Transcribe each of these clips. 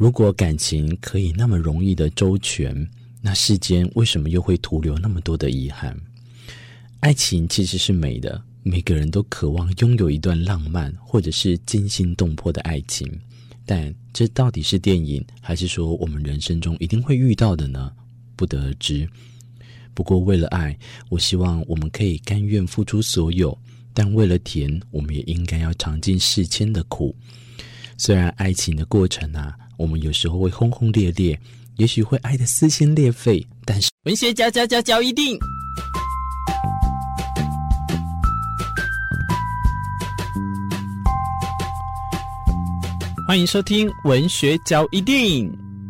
如果感情可以那么容易的周全，那世间为什么又会徒留那么多的遗憾？爱情其实是美的，每个人都渴望拥有一段浪漫或者是惊心动魄的爱情，但这到底是电影，还是说我们人生中一定会遇到的呢？不得而知。不过为了爱，我希望我们可以甘愿付出所有，但为了甜，我们也应该要尝尽世间的苦。虽然爱情的过程啊，我们有时候会轰轰烈烈，也许会爱得撕心裂肺，但是文学交一定。欢迎收听文学交一定。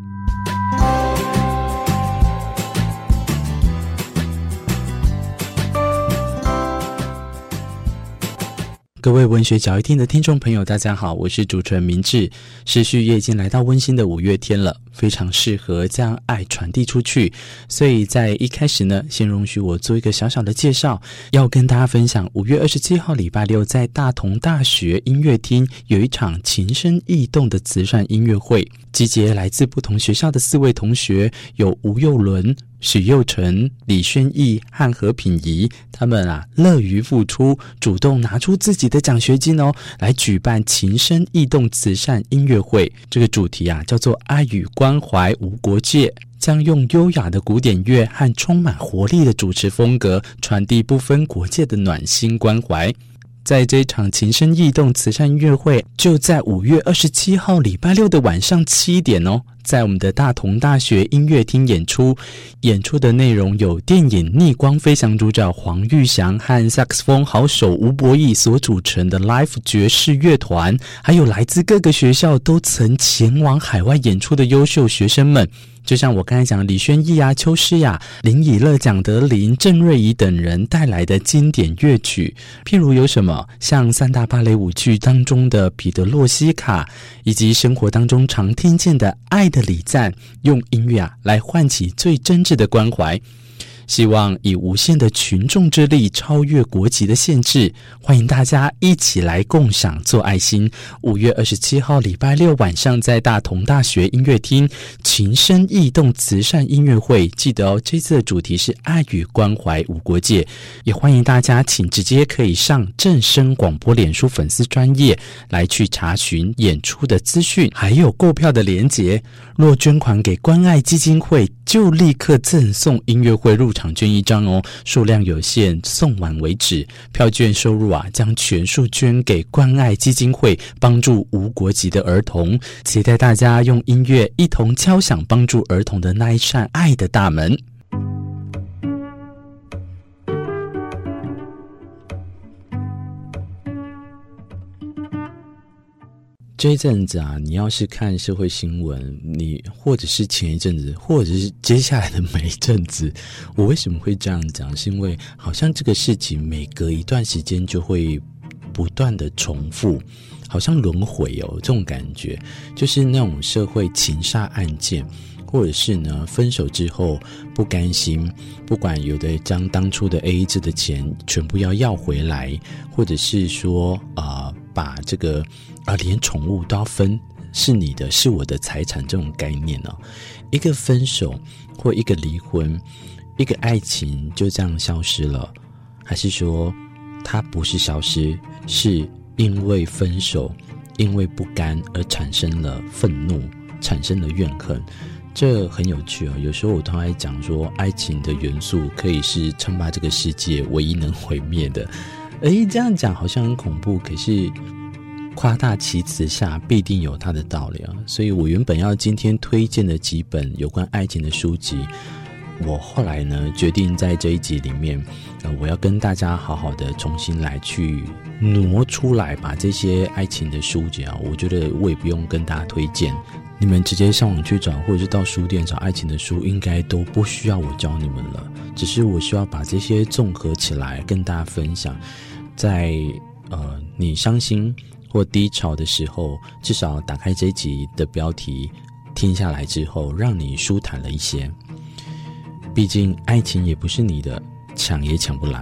各位文学交一定的听众朋友大家好，我是主持人明志。时序也已经来到温馨的5月天了，非常适合将爱传递出去，所以在一开始呢，先容许我做一个小小的介绍，要跟大家分享5月27号礼拜六在大同大学音乐厅有一场情深意动的慈善音乐会，集结来自不同学校的4位同学，有吴佑伦、许佑成、李轩逸和何品仪，他们乐于付出，主动拿出自己的奖学金来举办情深意动慈善音乐会。这个主题叫做爱与关怀无国界，将用优雅的古典乐和充满活力的主持风格，传递不分国界的暖心关怀。在这场情深意动慈善音乐会，就在5月27号礼拜六的晚上7点在我们的大同大学音乐厅演出。演出的内容有电影《逆光飞翔》主角黄玉祥和萨克斯风好手吴博义所组成的 Live 爵士乐团，还有来自各个学校都曾前往海外演出的优秀学生们，就像我刚才讲李轩逸邱诗雅、林以乐、蒋德霖、郑瑞仪等人带来的经典乐曲，譬如有什么像3大芭蕾舞剧当中的彼得洛西卡，以及生活当中常听见的爱的礼赞，用音乐来唤起最真挚的关怀。希望以无限的群众之力超越国籍的限制，欢迎大家一起来共享做爱心。5月27号礼拜六晚上在大同大学音乐厅情深意动慈善音乐会，记得这次的主题是爱与关怀无国界，也欢迎大家请直接可以上正声广播脸书粉丝专页来去查询演出的资讯，还有购票的连结。若捐款给关爱基金会，就立刻赠送音乐会入场券1张数量有限，送完为止。票券收入将全数捐给关爱基金会，帮助无国籍的儿童。期待大家用音乐一同敲响帮助儿童的那一扇爱的大门。这一阵子你要是看社会新闻，你或者是前一阵子，或者是接下来的每一阵子，我为什么会这样讲？是因为好像这个事情每隔一段时间就会不断的重复，好像轮回这种感觉，就是那种社会情杀案件，或者是呢分手之后不甘心，不管有的将当初的 AA 制的钱全部要回来，或者是说把这个连宠物都要分，是你的是我的财产，这种概念一个分手或一个离婚，一个爱情就这样消失了，还是说它不是消失，是因为分手，因为不甘而产生了愤怒，产生了怨恨。这很有趣有时候我通常讲说，爱情的元素可以是称霸这个世界唯一能毁灭的。这样讲好像很恐怖，可是夸大其词下必定有它的道理所以我原本要今天推荐的几本有关爱情的书籍，我后来呢决定在这一集里面我要跟大家好好的重新来去挪出来，把这些爱情的书籍我觉得我也不用跟大家推荐，你们直接上网去找，或者是到书店找爱情的书，应该都不需要我教你们了。只是我需要把这些综合起来跟大家分享，在你伤心或低潮的时候，至少打开这一集的标题听下来之后，让你舒坦了一些。毕竟爱情也不是你的，抢也抢不来。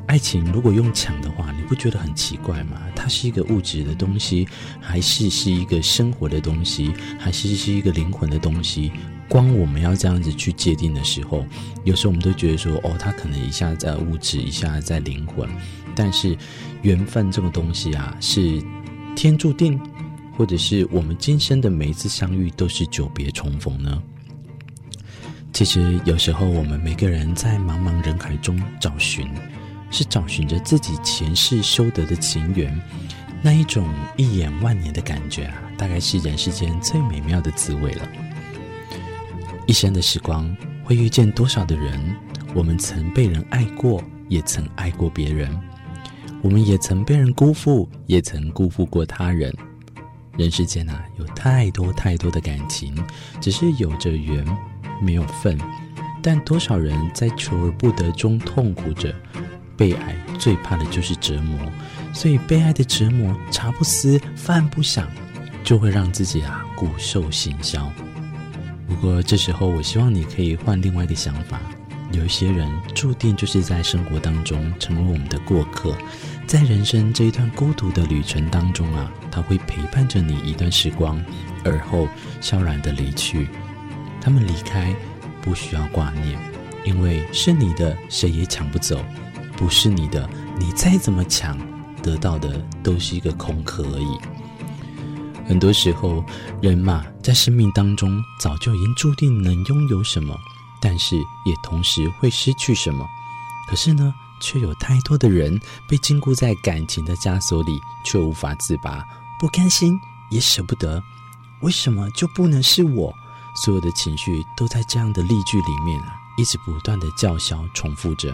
爱情如果用抢的话，你不觉得很奇怪吗？它是一个物质的东西，还是一个生活的东西，还是一个灵魂的东西？光我们要这样子去界定的时候，有时候我们都觉得说，它可能一下在物质，一下在灵魂。但是缘分这个东西啊，是天注定，或者是我们今生的每一次相遇都是久别重逢呢？其实有时候我们每个人在茫茫人海中找寻，是找寻着自己前世修得的情缘，那一种一眼万年的感觉啊，大概是人世间最美妙的滋味了。一生的时光会遇见多少的人，我们曾被人爱过，也曾爱过别人，我们也曾被人辜负，也曾辜负过他人。人世间啊，有太多太多的感情，只是有着缘没有份，但多少人在求而不得中痛苦着。被爱最怕的就是折磨，所以被爱的折磨，茶不思饭不想，就会让自己骨瘦心消。不过这时候我希望你可以换另外一个想法，有一些人注定就是在生活当中成为我们的过客，在人生这一段孤独的旅程当中啊，他会陪伴着你一段时光，而后悄然的离去。他们离开不需要挂念，因为是你的谁也抢不走，不是你的你再怎么抢，得到的都是一个空壳而已。很多时候人嘛，在生命当中早就已经注定能拥有什么，但是也同时会失去什么。可是呢，却有太多的人被禁锢在感情的枷锁里，却无法自拔，不甘心也舍不得。为什么就不能是我？所有的情绪都在这样的例句里面一直不断的叫嚣重复着。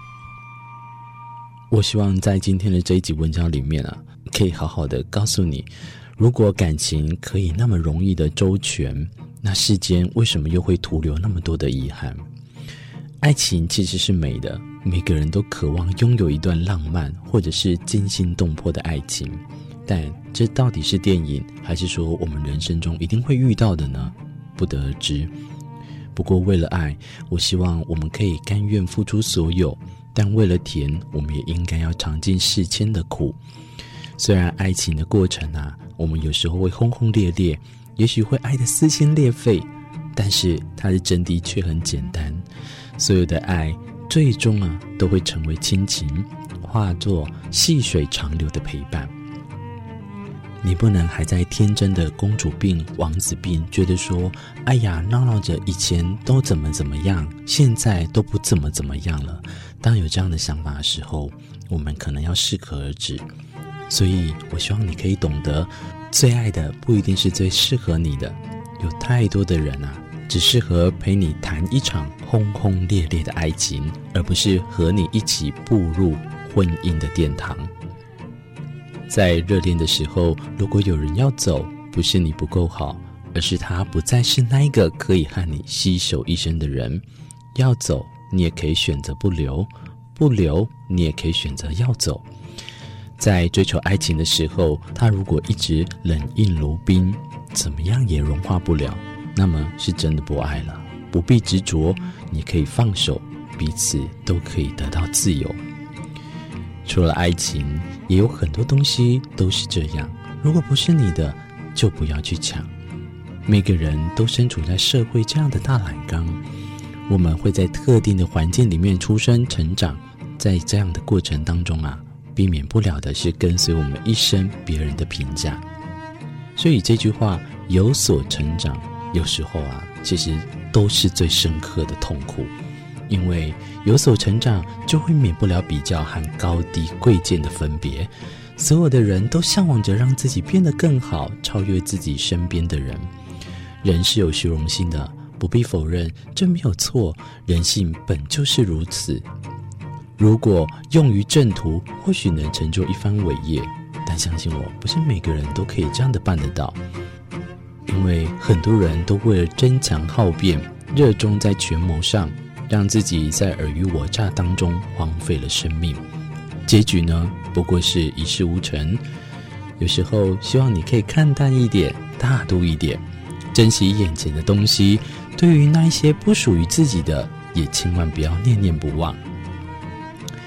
我希望在今天的这一集文章里面可以好好的告诉你，如果感情可以那么容易的周全，那世间为什么又会徒留那么多的遗憾？爱情其实是美的，每个人都渴望拥有一段浪漫或者是惊心动魄的爱情，但这到底是电影，还是说我们人生中一定会遇到的呢？不得而知。不过为了爱，我希望我们可以甘愿付出所有，但为了甜，我们也应该要尝尽世间的苦。虽然爱情的过程我们有时候会轰轰烈烈，也许会爱得撕心裂肺，但是它的真谛却很简单。所有的爱最终都会成为亲情，化作细水长流的陪伴。你不能还在天真的公主病、王子病，觉得说哎呀，闹闹着以前都怎么样，现在都不怎么样了。当有这样的想法的时候，我们可能要适可而止。所以我希望你可以懂得，最爱的不一定是最适合你的，有太多的人只适合陪你谈一场轰轰烈烈的爱情，而不是和你一起步入婚姻的殿堂。在热恋的时候，如果有人要走，不是你不够好，而是他不再是那一个可以和你携手一生的人。要走，你也可以选择不留，不留，你也可以选择要走。在追求爱情的时候，他如果一直冷硬如冰，怎么样也融化不了，那么是真的不爱了。不必执着，你可以放手，彼此都可以得到自由。除了爱情，也有很多东西都是这样，如果不是你的，就不要去抢。每个人都身处在社会这样的大染缸，我们会在特定的环境里面出生成长，在这样的过程当中避免不了的是跟随我们一生别人的评价。所以这句话有所成长，有时候其实都是最深刻的痛苦。因为有所成长，就会免不了比较和高低贵贱的分别。所有的人都向往着让自己变得更好，超越自己身边的人。人是有虚荣心的，不必否认，这没有错，人性本就是如此。如果用于正途，或许能成就一番伟业，但相信我，不是每个人都可以这样的办得到。因为很多人都为了争强好辩，热衷在权谋上，让自己在尔虞我诈当中荒废了生命，结局呢，不过是一事无成。有时候希望你可以看淡一点，大度一点，珍惜眼前的东西，对于那一些不属于自己的，也千万不要念念不忘。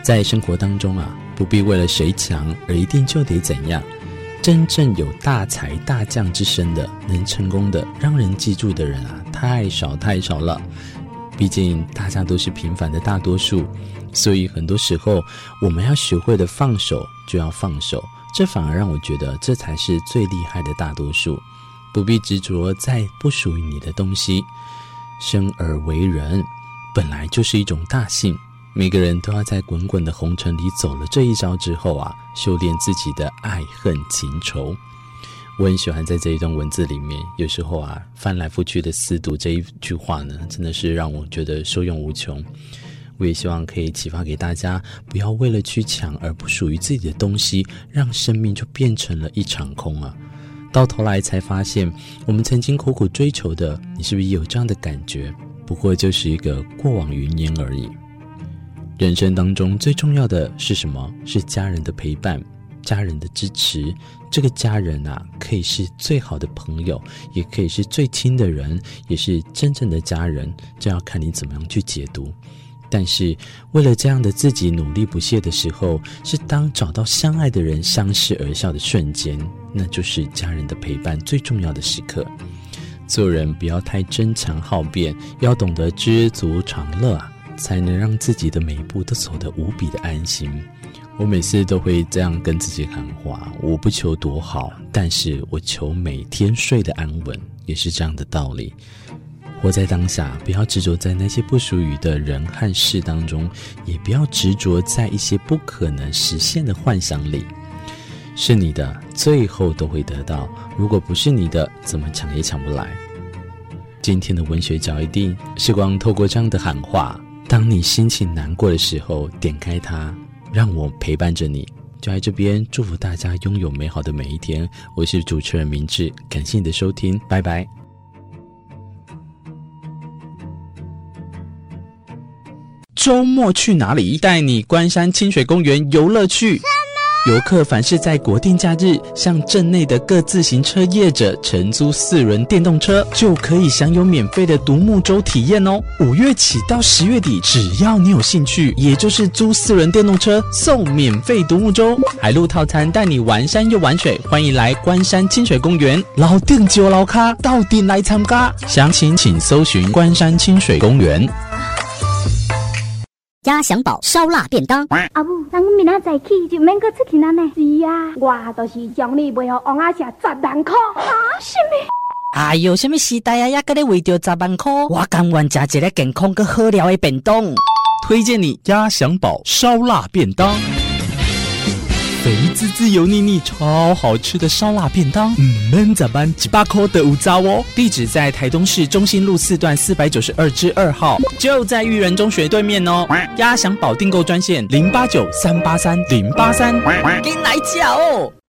在生活当中啊，不必为了谁强而一定就得怎样。真正有大才大将之身的，能成功的让人记住的人啊，太少太少了。毕竟大家都是平凡的大多数，所以很多时候我们要学会的放手就要放手，这反而让我觉得这才是最厉害的大多数。不必执着在不属于你的东西。生而为人本来就是一种大幸，每个人都要在滚滚的红尘里走了这一遭之后啊，修炼自己的爱恨情仇。我很喜欢在这一段文字里面，有时候啊翻来覆去的思读这一句话呢，真的是让我觉得受用无穷。我也希望可以启发给大家，不要为了去抢而不属于自己的东西，让生命就变成了一场空啊。到头来才发现，我们曾经苦苦追求的，你是不是也有这样的感觉？不过就是一个过往云烟而已。人生当中最重要的是什么？是家人的陪伴，家人的支持。这个家人啊，可以是最好的朋友，也可以是最亲的人，也是真正的家人，这要看你怎么样去解读。但是为了这样的自己努力不懈的时候，是当找到相爱的人相视而笑的瞬间，那就是家人的陪伴最重要的时刻。做人不要太争强好辩，要懂得知足常乐啊，才能让自己的每一步都走得无比的安心。我每次都会这样跟自己喊话，我不求多好，但是我求每天睡得安稳，也是这样的道理。活在当下，不要执着在那些不属于的人和事当中，也不要执着在一些不可能实现的幻想里。是你的，最后都会得到；如果不是你的，怎么抢也抢不来。今天的文学角一定是光透过这样的喊话，当你心情难过的时候，点开它，让我陪伴着你。就在这边祝福大家拥有美好的每一天。我是主持人明志，感谢你的收听，拜拜。周末去哪里？带你关山清水公园游乐去。游客凡是在国定假日向镇内的各自行车业者承租4轮电动车，就可以享有免费的独木舟体验哦。5月起到10月底，只要你有兴趣，也就是租4轮电动车送免费独木舟，海陆套餐带你玩山又玩水。欢迎来关山清水公园，老店就老咖，到店来参加。详情请搜寻关山清水公园。 鸭翔宝烧腊便当。 阿母，咱明仔早起就免搁出去了呢。是啊，我就是将你卖予王阿姐10万块。啊，什么？ 哎呦，什么时代啊，还搁咧为着10万块？我甘愿吃一个健康搁好料的便当。 推荐你鸭翔宝烧腊便当。肥滋滋油腻腻超好吃的烧腊便当，10万100块的有招哦。地址在台东市中心路4段492之2号，就在育人中学对面哦。鸭翔宝订购专线089-383-083， 给你来叫哦。